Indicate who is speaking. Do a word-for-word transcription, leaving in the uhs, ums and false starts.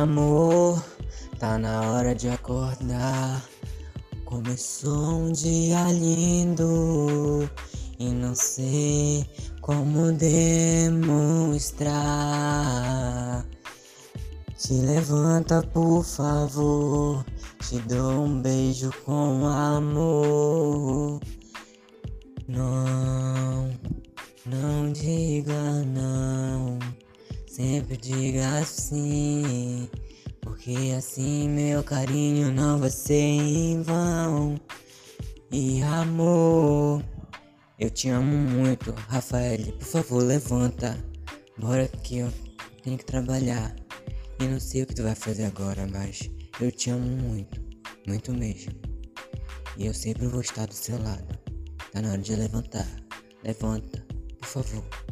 Speaker 1: amor, tá na hora de acordar. Começou um dia lindo e não sei como demonstrar. Te levanta, por favor, te dou um beijo com amor. Não, não diga não, sempre diga sim, porque assim meu carinho não vai ser em vão. E amor, eu te amo muito, Rafael, por favor levanta, bora que eu tenho que trabalhar. E não sei o que tu vai fazer agora, mas eu te amo muito, muito mesmo. E eu sempre vou estar do seu lado. Tá na hora de levantar. Levanta, por favor.